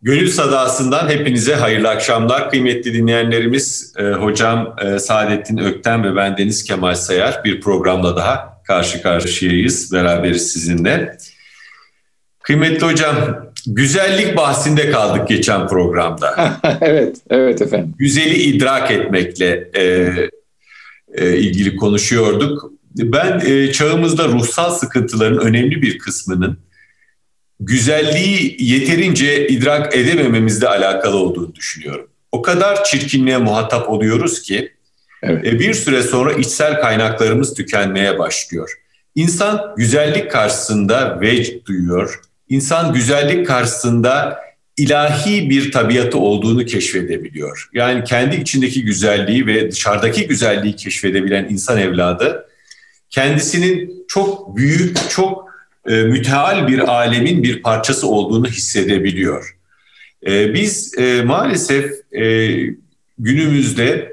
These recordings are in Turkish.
Gönül Sadası'ndan hepinize hayırlı akşamlar. Kıymetli dinleyenlerimiz, hocam Saadettin Ökten ve ben Deniz Kemal Sayar bir programla daha karşı karşıyayız, beraberiz sizinle. Kıymetli hocam, güzellik bahsinde kaldık geçen programda. Evet efendim. Güzeli idrak etmekle ilgili konuşuyorduk. Ben çağımızda ruhsal sıkıntıların önemli bir kısmının güzelliği yeterince idrak edemememizle alakalı olduğunu düşünüyorum. O kadar çirkinliğe muhatap oluyoruz ki bir süre sonra içsel kaynaklarımız tükenmeye başlıyor. İnsan güzellik karşısında vecd duyuyor. İnsan güzellik karşısında ilahi bir tabiatı olduğunu keşfedebiliyor. Yani kendi içindeki güzelliği ve dışarıdaki güzelliği keşfedebilen insan evladı kendisinin çok büyük, çok müteal bir alemin bir parçası olduğunu hissedebiliyor. Biz maalesef günümüzde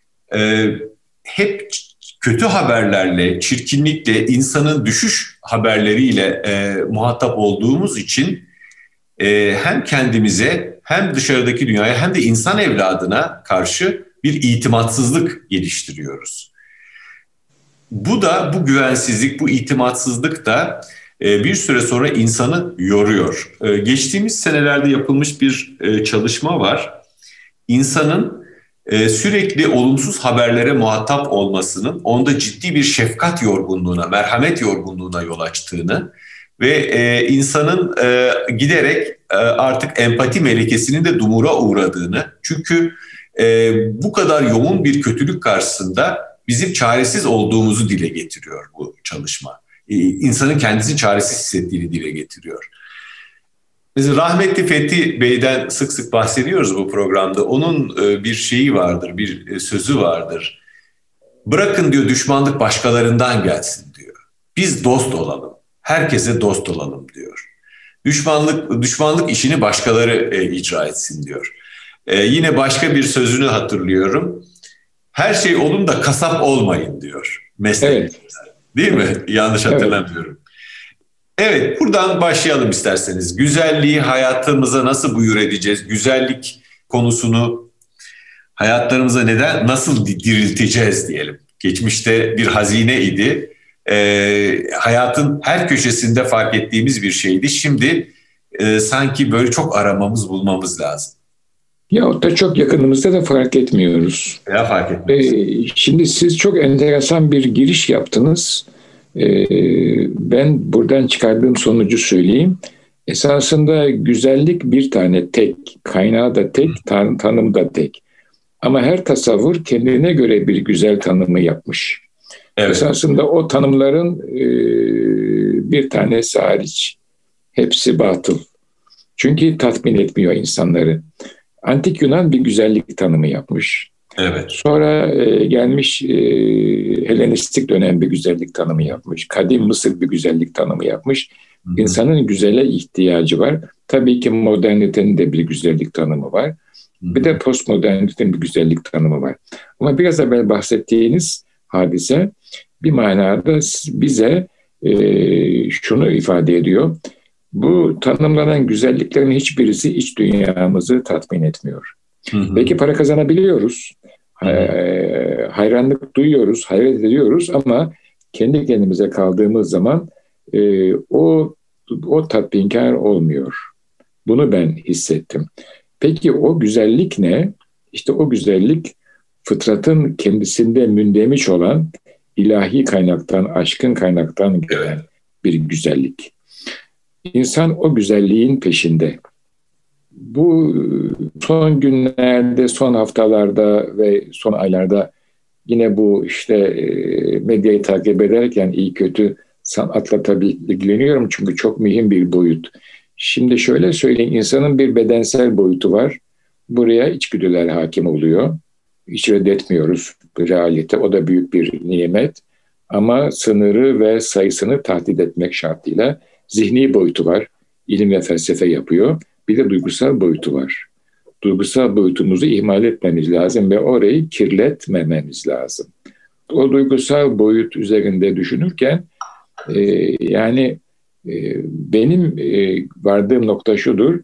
hep kötü haberlerle, çirkinlikle, insanın düşüş haberleriyle muhatap olduğumuz için hem kendimize hem dışarıdaki dünyaya hem de insan evladına karşı bir itimatsızlık geliştiriyoruz. Bu güvensizlik, bu itimatsızlık da bir süre sonra insanı yoruyor. Geçtiğimiz senelerde yapılmış bir çalışma var. İnsanın sürekli olumsuz haberlere muhatap olmasının onda ciddi bir şefkat yorgunluğuna, merhamet yorgunluğuna yol açtığını ve insanın giderek artık empati melekesinin de dumura uğradığını, çünkü bu kadar yoğun bir kötülük karşısında bizim çaresiz olduğumuzu dile getiriyor bu çalışma. İnsanın kendisini çaresiz hissettiğini dile getiriyor. Biz rahmetli Fethi Bey'den sık sık bahsediyoruz bu programda. Onun bir şeyi vardır, bir sözü vardır. Bırakın diyor düşmanlık başkalarından gelsin diyor. Biz dost olalım, herkese dost olalım diyor. Düşmanlık işini başkaları icra etsin diyor. Yine başka bir sözünü hatırlıyorum. Her şey olun da kasap olmayın diyor. Evet. Değil mi? Yanlış hatırlamıyorum. Evet, buradan başlayalım isterseniz. Güzelliği hayatımıza nasıl buyur edeceğiz? Güzellik konusunu hayatlarımıza nasıl dirilteceğiz diyelim. Geçmişte bir hazine idi. Hayatın her köşesinde fark ettiğimiz bir şeydi. Şimdi sanki böyle çok aramamız, bulmamız lazım. Ya o da çok yakınımızda da fark etmiyoruz. Ya fark etmiyoruz. Şimdi siz çok enteresan bir giriş yaptınız. Ben buradan çıkardığım sonucu söyleyeyim. Esasında güzellik bir tane tek, kaynağı da tek, tanım da tek. Ama her tasavvur kendine göre bir güzel tanımı yapmış. Evet. Esasında o tanımların bir tanesi hariç. Hepsi batıl. Çünkü tatmin etmiyor insanları. Antik Yunan bir güzellik tanımı yapmış. Evet. Sonra gelmiş Helenistik dönem bir güzellik tanımı yapmış. Kadim Mısır bir güzellik tanımı yapmış. Hı-hı. İnsanın güzele ihtiyacı var. Tabii ki modernitenin de bir güzellik tanımı var. Hı-hı. Bir de postmodernitenin bir güzellik tanımı var. Ama biraz evvel bahsettiğiniz hadise bir manada bize şunu ifade ediyor. Bu tanımlanan güzelliklerin hiçbirisi iç dünyamızı tatmin etmiyor. Hı-hı. Belki para kazanabiliyoruz, hayranlık duyuyoruz, hayret ediyoruz ama kendi kendimize kaldığımız zaman o tatminkar olmuyor. Bunu ben hissettim. Peki o güzellik ne? İşte o güzellik fıtratın kendisinde mündemiş olan ilahi kaynaktan, aşkın kaynaktan gelen bir güzellik. İnsan o güzelliğin peşinde. Bu son günlerde, son haftalarda ve son aylarda yine bu işte medyayı takip ederken iyi kötü sanatla tabii ilgileniyorum çünkü çok mühim bir boyut. Şimdi şöyle söyleyeyim, insanın bir bedensel boyutu var. Buraya içgüdüler hakim oluyor. Hiç reddetmiyoruz realite. O da büyük bir nimet. Ama sınırı ve sayısını tahdit etmek şartıyla zihni boyutu var. İlim ve felsefe yapıyor. Bir de duygusal boyutu var. Duygusal boyutumuzu ihmal etmemiz lazım ve orayı kirletmememiz lazım. O duygusal boyut üzerinde düşünürken benim vardığım nokta şudur.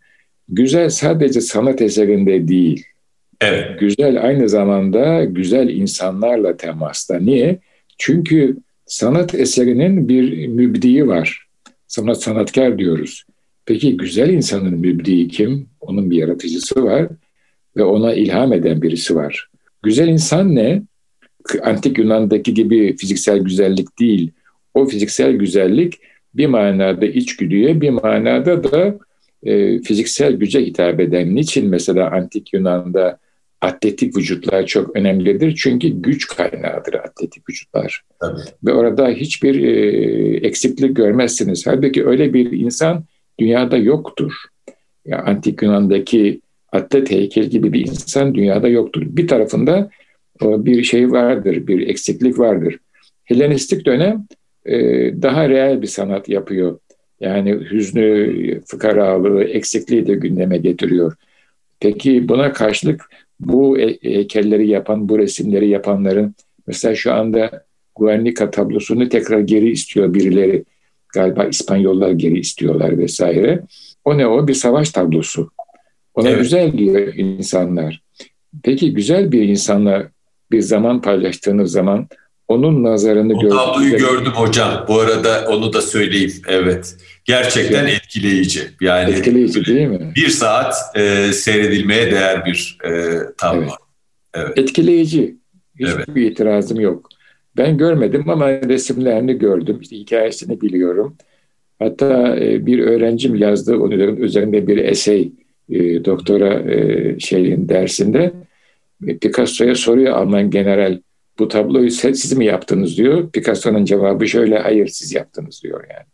güzel sadece sanat eserinde değil. Evet. Güzel aynı zamanda güzel insanlarla temasta. Niye? Çünkü sanat eserinin bir mübdiği var. Sanatkar diyoruz. Peki güzel insanın mübdiği kim? Onun bir yaratıcısı var ve ona ilham eden birisi var. Güzel insan ne? Antik Yunan'daki gibi fiziksel güzellik değil. O fiziksel güzellik bir manada içgüdüye, bir manada da fiziksel güce hitap eden. Niçin mesela Antik Yunan'da atletik vücutlar çok önemlidir? Çünkü güç kaynağıdır atletik vücutlar. Tabii. Ve orada hiçbir eksiklik görmezsiniz. Halbuki öyle bir insan dünyada yoktur. Yani Antik Yunan'daki atlet heykel gibi bir insan dünyada yoktur. Bir tarafında bir şey vardır, bir eksiklik vardır. Helenistik dönem daha reel bir sanat yapıyor. Yani hüznü, fıkaralığı, eksikliği de gündeme getiriyor. Peki buna karşılık bu heykelleri yapan, bu resimleri yapanların mesela şu anda Guernica tablosunu tekrar geri istiyor birileri. Galiba İspanyollar geri istiyorlar vesaire. O ne o? Bir savaş tablosu. Ona Evet. güzel diyor insanlar. Peki güzel bir insanla bir zaman paylaştığınız zaman onun nazarını O tabloyu gördüm hocam. Bu arada onu da söyleyeyim. Evet. Gerçekten etkileyici. Yani etkileyici değil mi? bir saat seyredilmeye değer bir tablo. Evet. Evet. Etkileyici. Hiçbir Evet. itirazım yok. Ben görmedim ama resimlerini gördüm. İşte hikayesini biliyorum. Hatta bir öğrencim yazdı onun üzerinde bir essay doktora dersinde. Picasso'ya soruyor Alman general, bu tabloyu siz mi yaptınız diyor. Picasso'nun cevabı şöyle, hayır siz yaptınız diyor yani.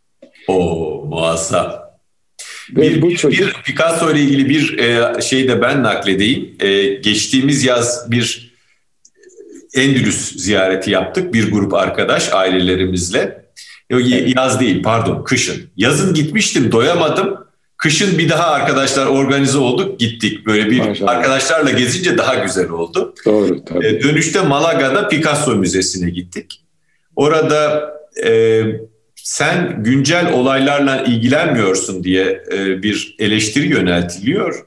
O muazzam. Ve bu çocuk... Bir Picasso ile ilgili bir şey de ben nakledeyim. Geçtiğimiz yaz bir Endülüs ziyareti yaptık bir grup arkadaş ailelerimizle. Evet. Yaz değil pardon, kışın. Yazın gitmiştim, doyamadım. Kışın bir daha arkadaşlar organize olduk, gittik. Böyle bir Maşallah. Arkadaşlarla gezince daha güzel oldu. Doğru tabii. Dönüşte Malaga'da Picasso Müzesi'ne gittik. Orada sen güncel olaylarla ilgilenmiyorsun diye bir eleştiri yöneltiliyor.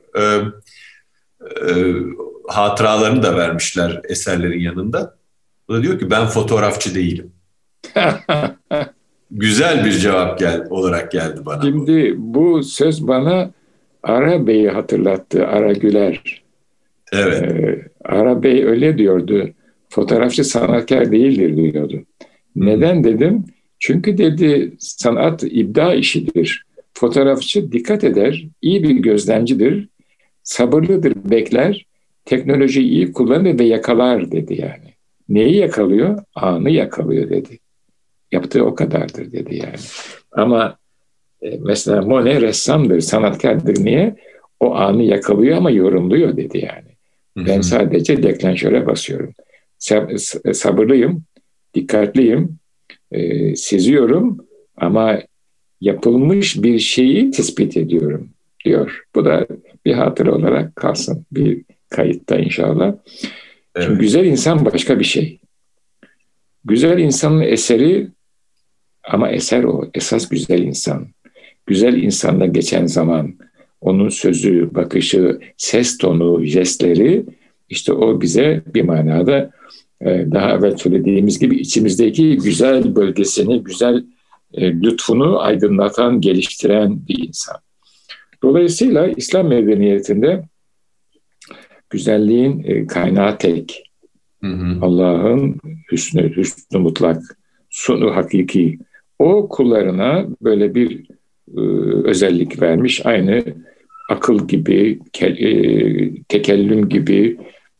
Hatıralarını da vermişler eserlerin yanında. O da diyor ki ben fotoğrafçı değilim. Güzel bir cevap olarak geldi bana. Şimdi bu söz bana Ara Bey'i hatırlattı, Ara Güler. Evet. Ara Bey öyle diyordu, fotoğrafçı sanatkar değildir diyordu. Neden dedim? Çünkü dedi sanat ibda işidir. Fotoğrafçı dikkat eder, iyi bir gözlemcidir, sabırlıdır, bekler, teknolojiyi iyi kullanır ve yakalar dedi yani. Neyi yakalıyor? Anı yakalıyor dedi. Yaptığı o kadardır dedi yani. Ama mesela Monet ressamdır, sanatkardır. Niye? O anı yakalıyor ama yorumluyor dedi yani. Ben sadece deklanşöre basıyorum. Sabırlıyım, dikkatliyim, seziyorum ama yapılmış bir şeyi tespit ediyorum diyor. Bu da bir hatıra olarak kalsın bir kayıtta inşallah. Evet. Şimdi güzel insan başka bir şey. Güzel insanın eseri ama eser o. Esas güzel insan. Güzel insanla geçen zaman onun sözü, bakışı, ses tonu, jestleri işte o bize bir manada daha evvel söylediğimiz gibi içimizdeki güzel bölgesini, güzel lütfunu aydınlatan, geliştiren bir insan. Dolayısıyla İslam medeniyetinde güzelliğin kaynağı tek. Allah'ın hüsnü mutlak, sunu hakiki. O kullarına böyle bir özellik vermiş. Aynı akıl gibi, tekellüm gibi,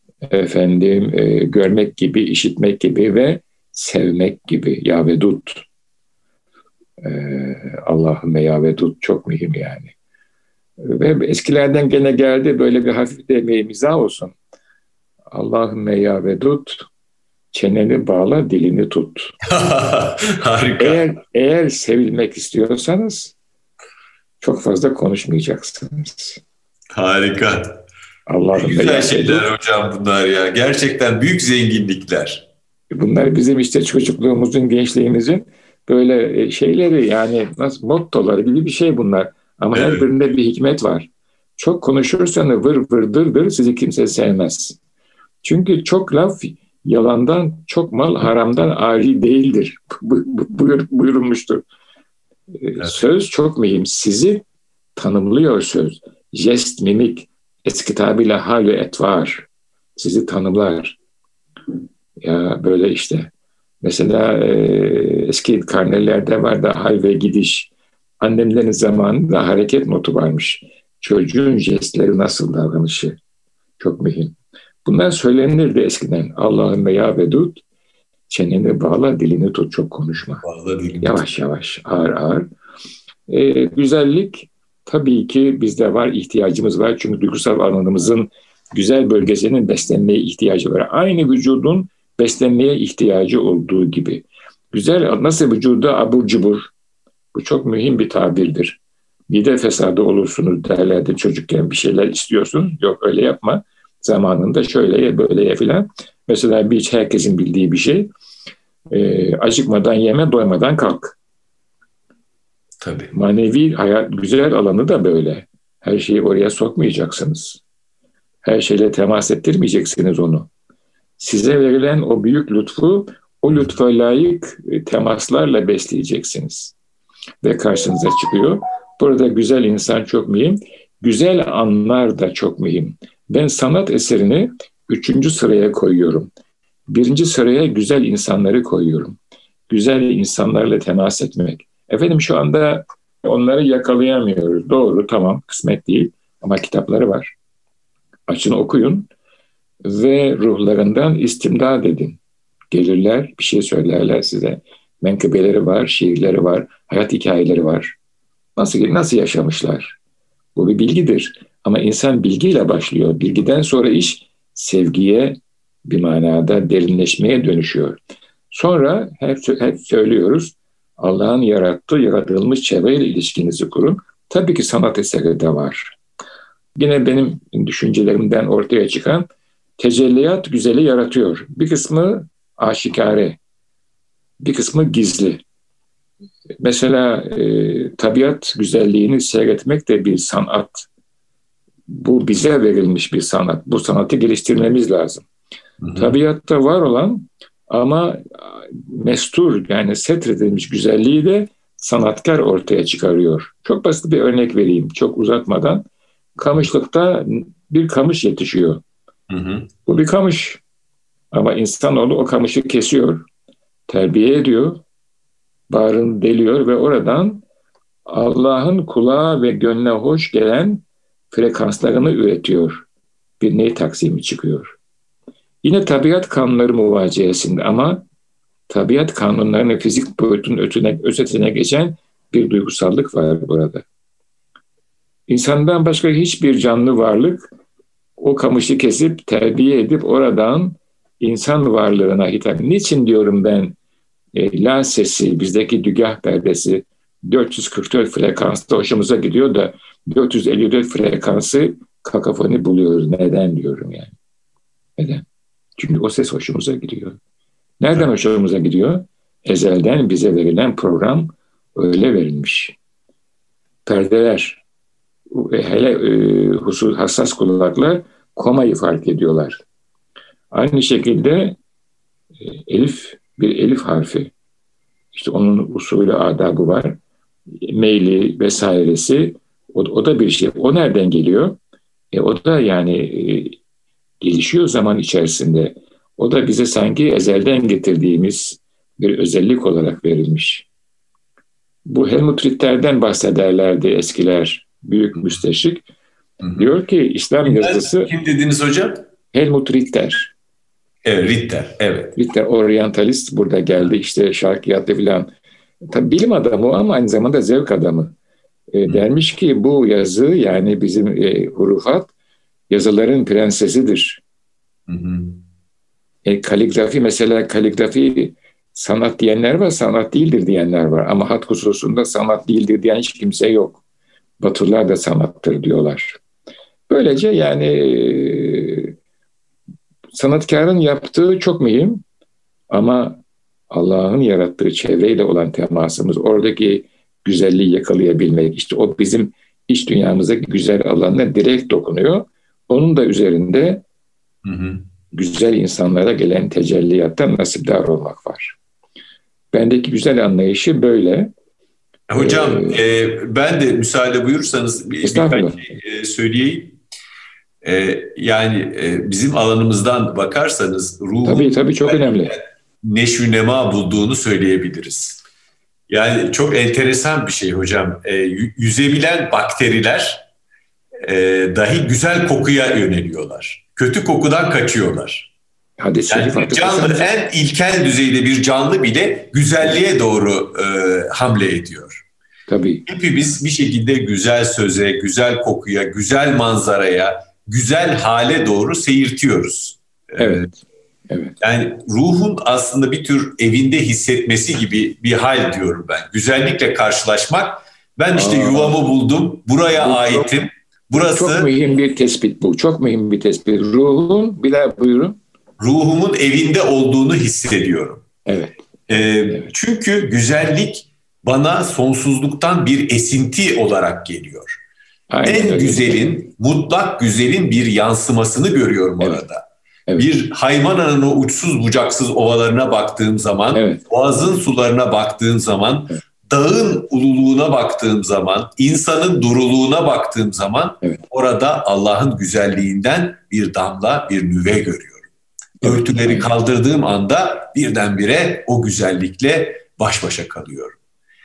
görmek gibi, işitmek gibi ve sevmek gibi. Ya Vedud. Allahümme ya Vedud çok mühim yani. Ve eskilerden gene geldi böyle bir hafif de mizah olsun. Allahümme ya Vedud, çeneni bağla, dilini tut. Harika. Eğer sevilmek istiyorsanız çok fazla konuşmayacaksınız. Harika. Allah'ım güzel şeyler hocam bunlar ya. Gerçekten büyük zenginlikler. Bunlar bizim işte çocukluğumuzun, gençliğimizin böyle şeyleri yani nasıl mottoları gibi bir şey bunlar. Ama her birinde bir hikmet var. Çok konuşursanız vır vır dır dır sizi kimse sevmez. Çünkü çok laf yalandan, çok mal haramdan ari değildir. Buyurulmuştur. Evet. Söz çok mühim. Sizi tanımlıyor söz. Jest, mimik, eski tabirle hal ve etvar. Sizi tanımlar. Ya böyle işte. Mesela eski karnelerde vardı hal ve gidiş. Annemlerin zamanında hareket notu varmış. Çocuğun jestleri nasıl davranışı. Çok mühim. Bunlar söylenirdi eskiden. Allahümme ya vedud, çeneni bağla, dilini tut, çok konuşma. Yavaş yavaş, ağır ağır. Güzellik tabii ki bizde var, ihtiyacımız var. Çünkü duygusal alanımızın güzel bölgesinin beslenmeye ihtiyacı var. Aynı vücudun beslenmeye ihtiyacı olduğu gibi. Güzel, nasıl vücuda abur cubur, bu çok mühim bir tabirdir. Mide fesadı olursunuz derlerdi çocukken, bir şeyler istiyorsun. Yok öyle yapma. Zamanında şöyle ye, böyle ye filan. Mesela herkesin bildiği bir şey. Acıkmadan yeme, doymadan kalk. Tabii. Manevi hayat, güzel alanı da böyle. Her şeyi oraya sokmayacaksınız. Her şeyle temas ettirmeyeceksiniz onu. Size verilen o büyük lütfu, o lütfa layık temaslarla besleyeceksiniz. Ve karşınıza çıkıyor. Burada güzel insan çok mühim. Güzel anlar da çok mühim. Ben sanat eserini 3. sıraya koyuyorum. 1. sıraya güzel insanları koyuyorum. Güzel insanlarla temas etmek. Efendim şu anda onları yakalayamıyoruz. Doğru, tamam, kısmet değil. Ama kitapları var. Açın, okuyun ve ruhlarından istimdad edin. Gelirler, bir şey söylerler size. Menkıbeleri var, şiirleri var, hayat hikayeleri var. Nasıl yaşamışlar? Bu bir bilgidir. Ama insan bilgiyle başlıyor. Bilgiden sonra iş sevgiye, bir manada derinleşmeye dönüşüyor. Sonra hep söylüyoruz, Allah'ın yaratılmış çevreyle ilişkinizi kurun. Tabii ki sanat eseri de var. Yine benim düşüncelerimden ortaya çıkan tecelliyat güzeli yaratıyor. Bir kısmı aşikare, bir kısmı gizli. Mesela tabiat güzelliğini seyretmek de bir sanat. Bu bize verilmiş bir sanat. Bu sanatı geliştirmemiz lazım. Hı hı. Tabiatta var olan ama mestur, yani setredilmiş güzelliği de sanatkar ortaya çıkarıyor. Çok basit bir örnek vereyim, çok uzatmadan. Kamışlıkta bir kamış yetişiyor. Hı hı. Bu bir kamış. Ama insanoğlu o kamışı kesiyor, terbiye ediyor, bağrını deliyor ve oradan Allah'ın kulağa ve gönle hoş gelen frekanslarını üretiyor. Bir ney taksimi çıkıyor. Yine tabiat kanunları muvaciyesinde ama tabiat kanunlarının fizik boyutun ötesine geçen bir duygusallık var burada. İnsandan başka hiçbir canlı varlık o kamışı kesip terbiye edip oradan insan varlığına hitap. Niçin diyorum ben la sesi, bizdeki dügah perdesi 444 frekansta hoşumuza gidiyor da 454 frekansı kakafoni buluyoruz. Neden diyorum yani. Neden? Çünkü o ses hoşumuza gidiyor. Nereden hoşumuza gidiyor? Ezelden bize verilen program öyle verilmiş. Perdeler, hele hassas kulaklar komayı fark ediyorlar. Aynı şekilde bir elif harfi. İşte onun usulü, adabı var. Meyli vesairesi. O da bir şey. O nereden geliyor? O da yani gelişiyor zaman içerisinde. O da bize sanki ezelden getirdiğimiz bir özellik olarak verilmiş. Bu Helmut Ritter'den bahsederlerdi eskiler. Büyük müsteşrik. Hı-hı. Diyor ki İslam yazısı... Kim dediniz hocam? Helmut Ritter. Evet, Ritter, evet. Ritter, oryantalist, burada geldi işte şarkiyatı filan. Tabii bilim adamı ama aynı zamanda zevk adamı. Dermiş ki bu yazı, yani bizim hurufat yazıların prensesidir. Kaligrafi, mesela kaligrafi sanat diyenler var, sanat değildir diyenler var. Ama hat hususunda sanat değildir diyen hiç kimse yok. Batılılar da sanattır diyorlar. Böylece yani sanatkarın yaptığı çok mühim ama Allah'ın yarattığı çevreyle olan temasımız, oradaki güzelliği yakalayabilmek, işte o bizim iç dünyamızdaki güzel alanına direkt dokunuyor. Onun da üzerinde güzel insanlara gelen tecelliyattan nasipdar olmak var. Bendeki güzel anlayışı böyle. Hocam ben de müsaade buyursanız birkaç şey söyleyeyim. Yani bizim alanımızdan bakarsanız ruhun tabii çok önemli. Neşvü nema bulduğunu söyleyebiliriz. Yani çok enteresan bir şey hocam. Yüzebilen bakteriler dahi güzel kokuya yöneliyorlar. Kötü kokudan kaçıyorlar. Yani canlı, en ilkel düzeyde bir canlı bile güzelliğe doğru hamle ediyor. Tabii. Hepimiz bir şekilde güzel söze, güzel kokuya, güzel manzaraya, güzel hale doğru seyirtiyoruz. Evet. Evet. Yani ruhun aslında bir tür evinde hissetmesi gibi bir hal diyorum ben. Güzellikle karşılaşmak. Ben işte yuvamı buldum, buraya aitim. Burası çok mühim bir tespit bu. Çok mühim bir tespit. Ruhun, bir daha buyurun. Ruhumun evinde olduğunu hissediyorum. Evet. Çünkü güzellik bana sonsuzluktan bir esinti olarak geliyor. En güzelin, mutlak güzelin bir yansımasını görüyorum orada. Evet. Bir Haymana'nın o uçsuz bucaksız ovalarına baktığım zaman, boğazın sularına baktığım zaman, dağın ululuğuna baktığım zaman, insanın duruluğuna baktığım zaman orada Allah'ın güzelliğinden bir damla, bir nüve görüyorum. Örtüleri kaldırdığım anda birdenbire o güzellikle baş başa kalıyorum.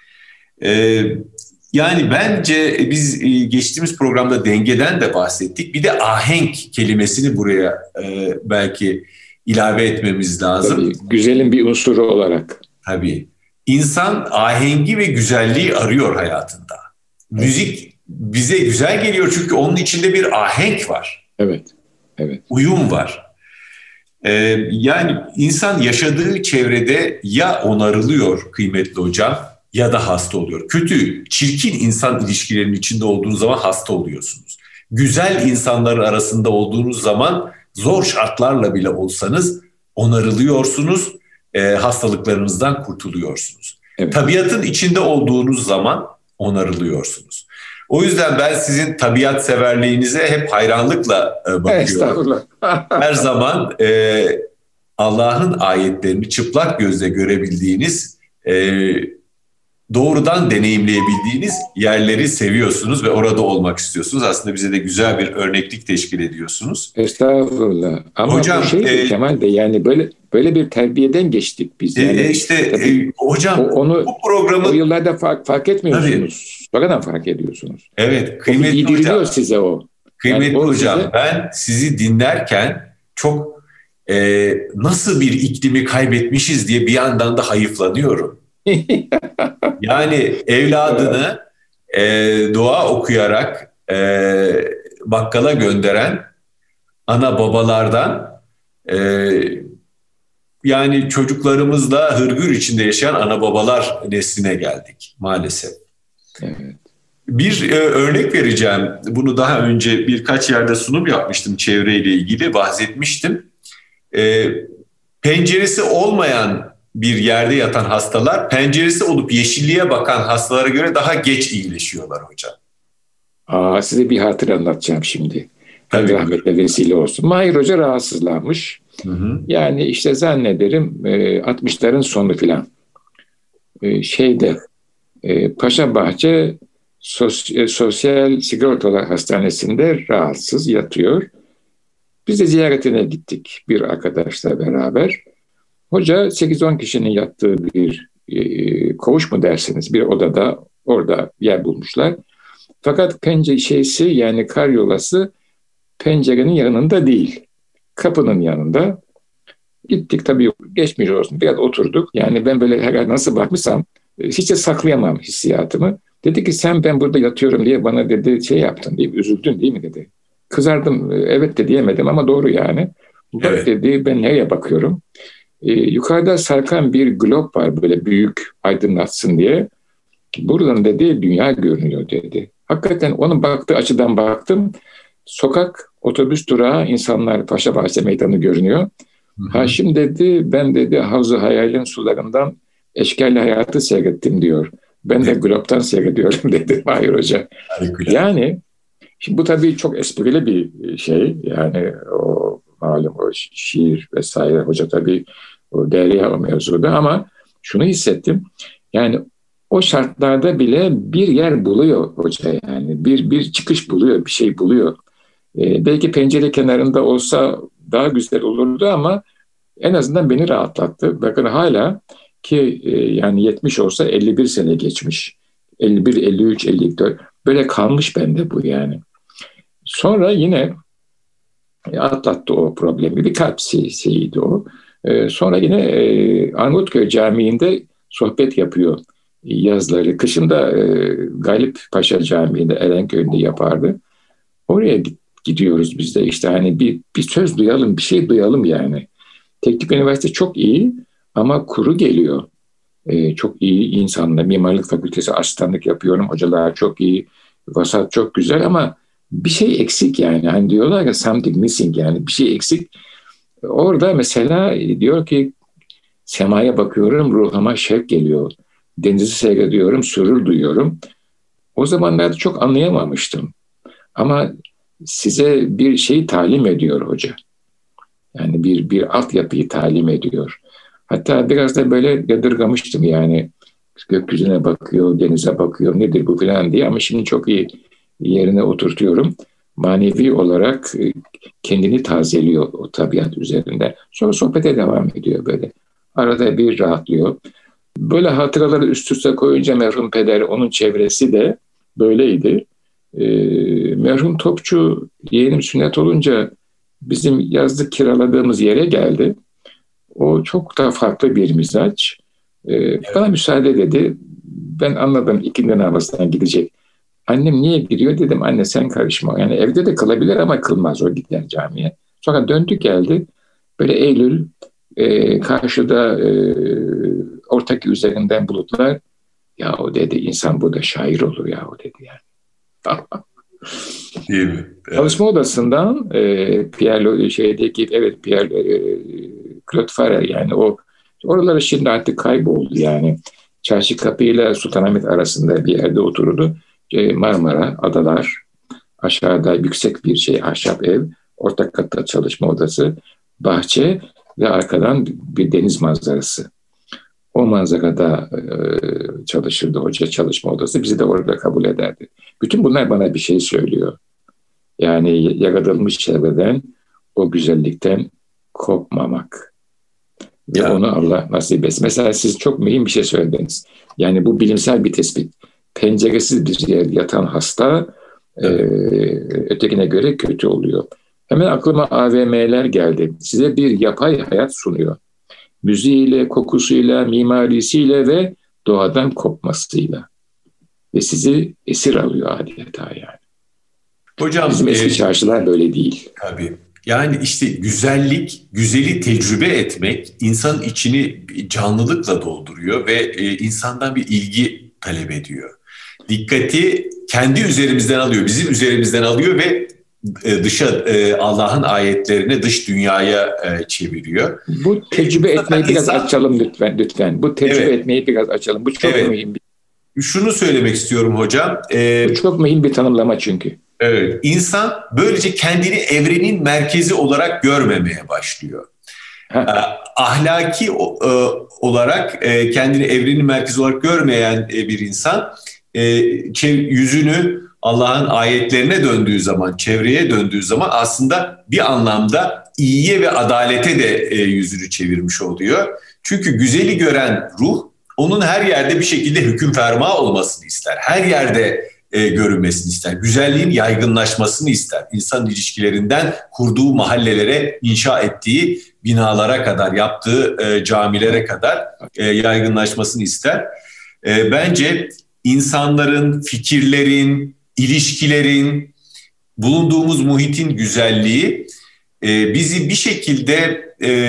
Yani bence biz geçtiğimiz programda dengeden de bahsettik. Bir de ahenk kelimesini buraya belki ilave etmemiz lazım. Tabii, güzelin bir unsuru olarak. Tabii. İnsan ahengi ve güzelliği arıyor hayatında. Müzik bize güzel geliyor çünkü onun içinde bir ahenk var. Evet. Uyum var. Yani insan yaşadığı çevrede ya onarılıyor kıymetli hocam ya da hasta oluyor. Kötü, çirkin insan ilişkilerinin içinde olduğunuz zaman hasta oluyorsunuz. Güzel insanların arasında olduğunuz zaman zor şartlarla bile olsanız onarılıyorsunuz, hastalıklarınızdan kurtuluyorsunuz. Evet. Tabiatın içinde olduğunuz zaman onarılıyorsunuz. O yüzden ben sizin tabiat severliğinize hep hayranlıkla bakıyorum. Estağfurullah. Her zaman Allah'ın ayetlerini çıplak gözle görebildiğiniz, doğrudan deneyimleyebildiğiniz yerleri seviyorsunuz ve orada olmak istiyorsunuz. Aslında bize de güzel bir örneklik teşkil ediyorsunuz. Estağfurullah. Ama hocam, bu Kemal Bey, yani böyle bir terbiyeden geçtik biz. Yani, hocam bu programı o yıllarda fark etmiyorsunuz. Sonradan fark ediyorsunuz. Evet, kıymetli hocam. Size o. Kıymetli hocam, ben sizi dinlerken çok nasıl bir iklimi kaybetmişiz diye bir yandan da hayıflanıyorum. Yani evladını dua okuyarak bakkala gönderen ana babalardan, yani çocuklarımızla hırgür içinde yaşayan ana babalar nesline geldik maalesef. Evet. Bir örnek vereceğim. Bunu daha önce birkaç yerde sunum yapmıştım, çevreyle ilgili bahsetmiştim. Penceresi olmayan bir yerde yatan hastalar, penceresi olup yeşilliğe bakan hastalara göre daha geç iyileşiyorlar hocam. Size bir hatıra anlatacağım şimdi. Tabii. Rahmetle vesile olsun. Mahir Hoca rahatsızlanmış. Yani işte zannederim 60'ların sonu filan. Paşabahçe Sosyal Sigortalar Hastanesi'nde rahatsız yatıyor. Biz de ziyaretine gittik bir arkadaşla beraber. Hoca 8-10 kişinin yattığı bir koğuş mu dersiniz, bir odada orada yer bulmuşlar. Fakat penceresi, yani karyolası pencerenin yanında değil, kapının yanında. Gittik tabii, geçmiş olsun, biraz oturduk. Yani ben böyle herhalde nasıl bakmışsam hiç de saklayamam hissiyatımı. Dedi ki sen ben burada yatıyorum diye bana dedi yaptın diye, üzüldün değil mi dedi. Kızardım, evet de diyemedim ama doğru yani. Bak dedi, ben nereye bakıyorum? Yukarıda sarkan bir glob var böyle büyük, aydınlatsın diye. Buradan dedi dünya görünüyor dedi. Hakikaten onun baktığı açıdan baktım. Sokak, otobüs durağı, insanlar, Paşabahçe Meydanı görünüyor. Haşim dedi, ben dedi Havz-ı Hayal'in sularından eşkal hayatı seyrettim diyor. Ben de Globe'dan seyrediyorum dedi Mahir Hoca. Harikulade. Yani şimdi bu tabii çok esprili bir şey. Yani o malum o şiir vesaire hoca tabii o derya o mevzuda ama şunu hissettim. Yani o şartlarda bile bir yer buluyor hoca yani. Bir çıkış buluyor, bir şey buluyor. Belki pencere kenarında olsa daha güzel olurdu ama en azından beni rahatlattı. Bakın hala ki yani 70 olsa 51 sene geçmiş. 51, 53, 54 böyle kalmış bende bu yani. Sonra yine atlattı o problemi. Bir kalp şeyiydi o. Sonra yine Arnavutköy Camii'nde sohbet yapıyor yazları. Kışında Galip Paşa Camii'nde Erenköy'ünde yapardı. Oraya gidiyoruz biz de işte hani bir söz duyalım, bir şey duyalım yani. Teknik üniversite çok iyi ama kuru geliyor. Çok iyi insanlar, mimarlık fakültesi asistanlık yapıyorum. Hocalar çok iyi, vasat çok güzel ama bir şey eksik yani. Hani diyorlar ya something missing yani bir şey eksik. Orada mesela diyor ki semaya bakıyorum ruhuma şevk geliyor. Denizi seyrediyorum, sürur duyuyorum. O zamanlarda çok anlayamamıştım. Ama size bir şey talim ediyor hoca. Yani bir altyapıyı talim ediyor. Hatta biraz da böyle yadırgamıştım yani gökyüzüne bakıyor, denize bakıyor nedir bu falan diye ama şimdi çok iyi yerine oturtuyorum. Manevi olarak kendini tazeliyor o tabiat üzerinde. Sonra sohbete devam ediyor böyle. Arada bir rahatlıyor. Böyle hatıraları üst üste koyunca merhum peder, onun çevresi de böyleydi. Merhum Topçu yeğenim sünnet olunca bizim yazlık kiraladığımız yere geldi. O çok da farklı bir mizaç. Bana müsaade dedi. Ben anladım ikindi namazından gidecek. Annem niye gidiyor dedim. Anne sen karışma. Yani evde de kalabilir ama kılmaz o gider camiye. Sonra döndü geldi. Böyle Eylül karşıda Ortak üzerinden bulutlar. Ya o dedi insan burada şair olur ya o dedi yani. Değil mi? Evet. Çalışma odasından Pierre şeydeki Claude Farel yani o oraları şimdi artık kayboldu yani. Çarşı kapıyla Sultanahmet arasında bir yerde otururdu. Marmara, adalar, aşağıda yüksek bir ahşap ev, ortak katta çalışma odası, bahçe ve arkadan bir deniz manzarası. O manzarada çalışırdı hoca çalışma odası. Bizi de orada kabul ederdi. Bütün bunlar bana bir şey söylüyor. Yani yaratılmış çevreden, o güzellikten kopmamak. Ve onu Allah nasip etsin. Mesela siz çok mühim bir şey söylediniz. Yani bu bilimsel bir tespit. Penceresiz bir yer yatan hasta ötekine göre kötü oluyor. Hemen aklıma AVM'ler geldi. Size bir yapay hayat sunuyor. Müziğiyle, kokusuyla, mimarisiyle ve doğadan kopmasıyla. Ve sizi esir alıyor adeta yani. Hocam, bizim eski çarşılar böyle değil. Tabii. Yani işte güzeli tecrübe etmek insanın içini canlılıkla dolduruyor ve insandan bir ilgi talep ediyor. Dikkati kendi üzerimizden alıyor, bizim üzerimizden alıyor ve dışa Allah'ın ayetlerini dış dünyaya çeviriyor. Bu tecrübe etmeyi biraz açalım lütfen. Bu tecrübe etmeyi biraz açalım. Bu çok mühim. Şunu söylemek istiyorum hocam. Bu çok mühim bir tanımlama çünkü. Evet, insan böylece kendini evrenin merkezi olarak görmemeye başlıyor. Ahlaki olarak kendini evrenin merkezi olarak görmeyen bir insan yüzünü Allah'ın ayetlerine döndüğü zaman, çevreye döndüğü zaman aslında bir anlamda iyiye ve adalete de yüzünü çevirmiş oluyor. Çünkü güzeli gören ruh onun her yerde bir şekilde hüküm ferma olmasını ister. Her yerde görünmesini ister. Güzelliğin yaygınlaşmasını ister. İnsan ilişkilerinden kurduğu mahallelere, inşa ettiği binalara kadar, yaptığı camilere kadar yaygınlaşmasını ister. Bence insanların, fikirlerin, ilişkilerin, bulunduğumuz muhitin güzelliği bizi bir şekilde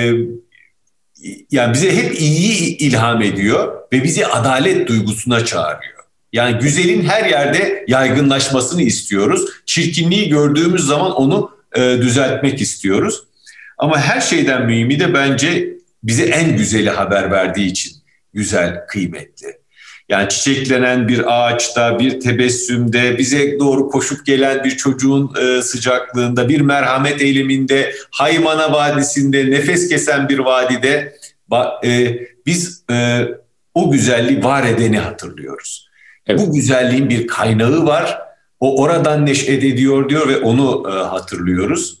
yani bize hep iyiyi ilham ediyor ve bizi adalet duygusuna çağırıyor. Yani güzelin her yerde yaygınlaşmasını istiyoruz. Çirkinliği gördüğümüz zaman onu düzeltmek istiyoruz. Ama her şeyden mühimi de bence bize en güzeli haber verdiği için güzel, kıymetli. Yani çiçeklenen bir ağaçta, bir tebessümde, bize doğru koşup gelen bir çocuğun sıcaklığında, bir merhamet eyleminde, Haymana Vadisi'nde, nefes kesen bir vadide biz o güzelliği var edeni hatırlıyoruz. Evet. Bu güzelliğin bir kaynağı var. O oradan neşet ediyor diyor ve onu hatırlıyoruz.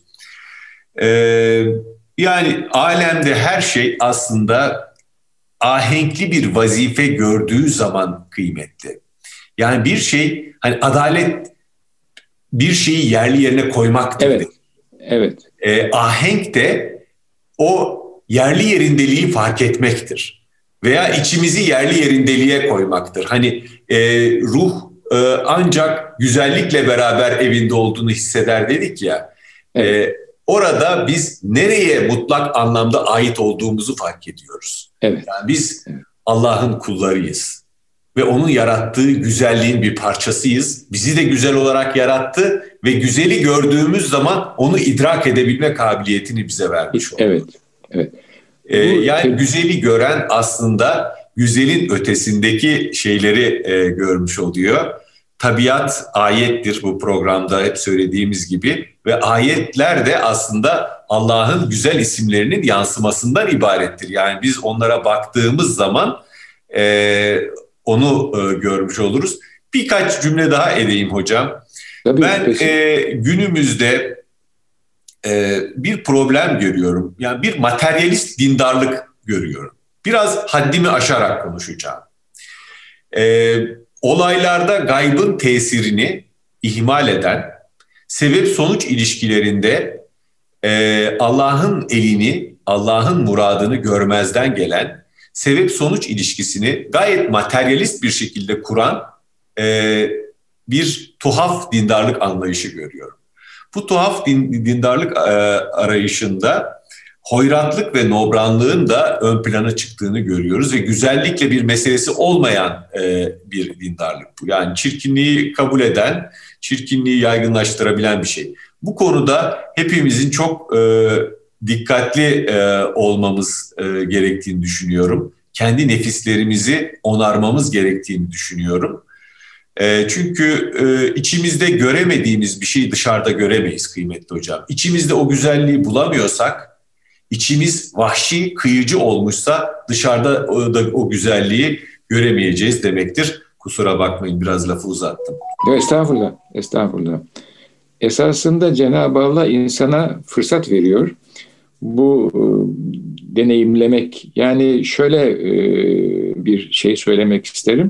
Yani alemde her şey aslında ahenkli bir vazife gördüğü zaman kıymetli. Yani bir şey, hani adalet bir şeyi yerli yerine koymaktır. Evet. Evet. Ahenk de o yerli yerindeliği fark etmektir. Veya içimizi yerli yerindeliğe koymaktır. Hani ruh ancak güzellikle beraber evinde olduğunu hisseder dedik ya. Evet. Orada biz nereye mutlak anlamda ait olduğumuzu fark ediyoruz. Evet. Yani biz Allah'ın kullarıyız. Ve onun yarattığı güzelliğin bir parçasıyız. Bizi de güzel olarak yarattı ve güzeli gördüğümüz zaman onu idrak edebilme kabiliyetini bize vermiş oldu. Evet, evet. Yani güzeli gören aslında güzelin ötesindeki şeyleri görmüş oluyor. Tabiat ayettir bu programda hep söylediğimiz gibi ve ayetler de aslında Allah'ın güzel isimlerinin yansımasından ibarettir. Yani biz onlara baktığımız zaman onu görmüş oluruz. Birkaç cümle daha edeyim hocam. Tabii, ben günümüzde bir problem görüyorum. Yani bir materyalist dindarlık görüyorum. Biraz haddimi aşarak konuşacağım. Olaylarda gaybın tesirini ihmal eden, sebep-sonuç ilişkilerinde Allah'ın elini, Allah'ın muradını görmezden gelen, sebep-sonuç ilişkisini gayet materyalist bir şekilde kuran bir tuhaf dindarlık anlayışı görüyorum. Bu tuhaf dindarlık arayışında hoyratlık ve nobranlığın da ön plana çıktığını görüyoruz ve güzellikle bir meselesi olmayan bir dindarlık bu. Yani çirkinliği kabul eden, çirkinliği yaygınlaştırabilen bir şey. Bu konuda hepimizin çok dikkatli olmamız gerektiğini düşünüyorum. Kendi nefislerimizi onarmamız gerektiğini düşünüyorum. Çünkü içimizde göremediğimiz bir şeyi dışarıda göremeyiz kıymetli hocam. İçimizde o güzelliği bulamıyorsak, içimiz vahşi, kıyıcı olmuşsa dışarıda o güzelliği göremeyeceğiz demektir. Kusura bakmayın, biraz lafı uzattım. Estağfurullah, estağfurullah. Esasında Cenab-ı Allah insana fırsat veriyor. Bu deneyimlemek, yani şöyle bir şey söylemek isterim.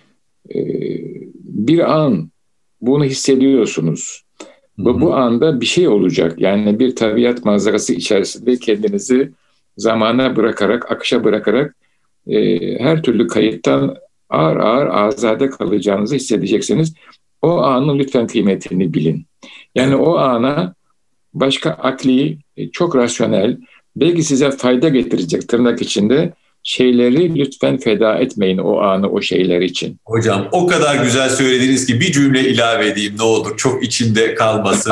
Bir an bunu hissediyorsunuz. Bu anda bir şey olacak. Yani bir tabiat manzarası içerisinde kendinizi zamana bırakarak, akışa bırakarak her türlü kayıttan ağır ağır azade kalacağınızı hissedeceksiniz. O anın lütfen kıymetini bilin. Yani o ana başka akli, çok rasyonel, belki size fayda getirecek tırnak içinde şeyleri lütfen feda etmeyin o anı, o şeyler için. Hocam o kadar güzel söylediniz ki bir cümle ilave edeyim ne olur, çok içimde kalmasın.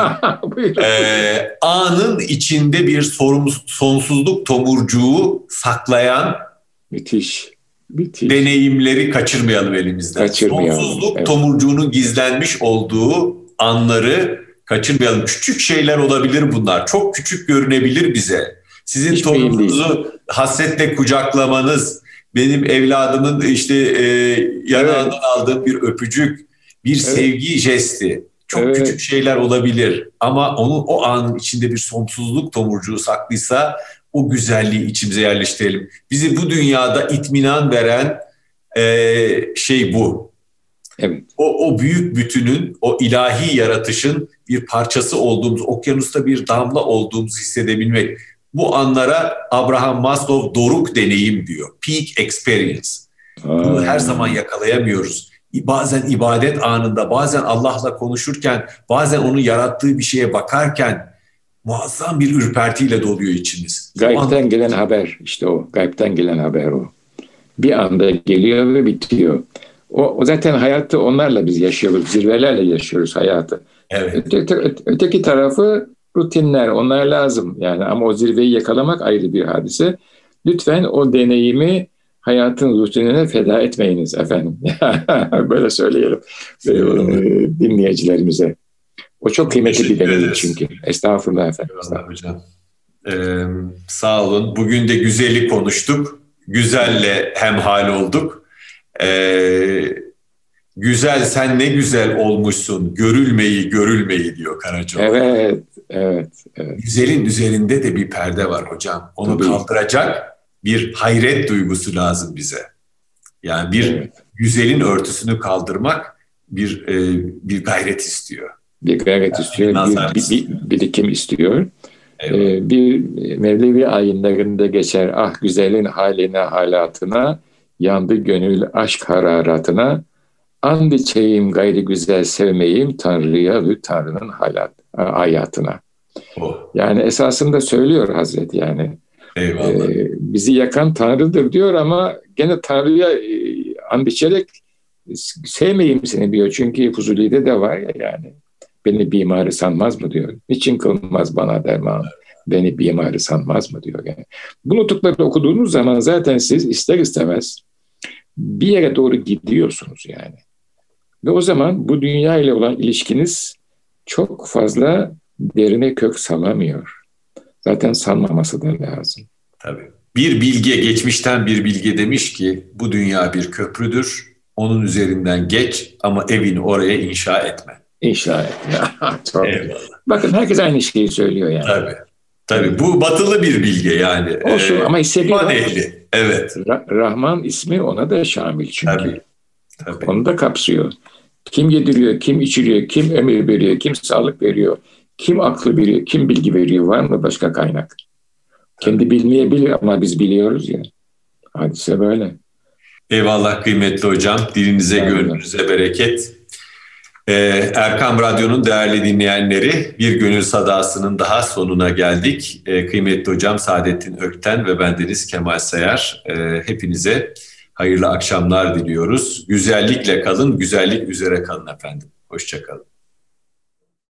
Anın içinde bir sonsuzluk tomurcuğu saklayan müthiş. deneyimleri kaçırmayalım elimizden. Sonsuzluk tomurcuğunun gizlenmiş olduğu anları kaçırmayalım. Küçük şeyler olabilir bunlar. Çok küçük görünebilir bize. Sizin torununuzu hasretle kucaklamanız, benim evladımın yanağından aldığım bir öpücük, bir sevgi jesti. Çok küçük şeyler olabilir ama onun o anın içinde bir sonsuzluk tomurcuğu saklıysa o güzelliği içimize yerleştirelim. Bizi bu dünyada itminan veren şey bu. Evet. O büyük bütünün, o ilahi yaratışın bir parçası olduğumuz, okyanusta bir damla olduğumuzu hissedebilmek. Bu anlara Abraham Maslow doruk deneyim diyor. Peak experience. Bunu her zaman yakalayamıyoruz. Bazen ibadet anında, bazen Allah'la konuşurken, bazen onun yarattığı bir şeye bakarken muazzam bir ürpertiyle doluyor içimiz. Gaybten gelen haber, işte o. Gaybten gelen haber o. Bir anda geliyor ve bitiyor. O zaten hayatı onlarla biz yaşıyoruz. Zirvelerle yaşıyoruz hayatı. Evet. Öteki tarafı rutinler, onlar lazım. Yani ama o zirveyi yakalamak ayrı bir hadise. Lütfen o deneyimi hayatın rutinine feda etmeyiniz efendim. Böyle söyleyelim dinleyicilerimize. O çok kıymetli bir deneyim çünkü. Estağfurullah efendim. Estağfurullah hocam. Sağ olun. Bugün de güzeli konuştuk. Güzelle hemhal olduk. Güzel, sen ne güzel olmuşsun, görülmeyi görülmeyi diyor Karacaoğlan. Evet. Güzelin üzerinde de bir perde var hocam. Onu kaldıracak bir hayret duygusu lazım bize. Yani bir güzelin örtüsünü kaldırmak bir gayret istiyor. Bir gayret istiyor, bir birikim istiyor. Bir Mevlevi ayinlerinde geçer, ah güzelin haline halatına, yandı gönül aşk hararatına, and içeyim gayri güzel sevmeyim Tanrı'ya ve Tanrı'nın hayatına. Yani esasında söylüyor Hazreti yani. Bizi yakan Tanrı'dır diyor ama gene Tanrı'ya and içerek sevmeyeyim seni diyor. Çünkü Fuzuli'de de var ya yani. Beni bimarı sanmaz mı diyor. Niçin kılmaz bana derman? Beni bimarı sanmaz mı diyor. Yani. Bu nutukları okuduğunuz zaman zaten siz ister istemez bir yere doğru gidiyorsunuz yani. Ve o zaman bu dünya ile olan ilişkiniz çok fazla derine kök salamıyor. Zaten sanmaması da lazım. Tabii. Bir bilge, geçmişten bir bilge demiş ki bu dünya bir köprüdür. Onun üzerinden geç ama evini oraya inşa etme. İnşa etme. Bakın herkes aynı şeyi söylüyor yani. Tabii. Bu batılı bir bilge yani. Olsun ama hissediyor. Evet. Rahman ismi ona da şamil çünkü. Tabii. Onu da kapsıyor. Kim yediriyor, kim içiriyor, kim emir veriyor, kim sağlık veriyor, kim aklı veriyor, kim bilgi veriyor, var mı başka kaynak? Kendi bilmeyebilir ama biz biliyoruz ya. Hadise böyle. Eyvallah kıymetli hocam. Dilinize, gönlünüze bereket. Erkam Radyo'nun değerli dinleyenleri, bir gönül sadasının daha sonuna geldik. Kıymetli hocam Saadettin Ökten ve bendeniz Kemal Sayar. Hepinize hayırlı akşamlar diliyoruz. Güzellikle kalın, güzellik üzere kalın efendim. Hoşça kalın.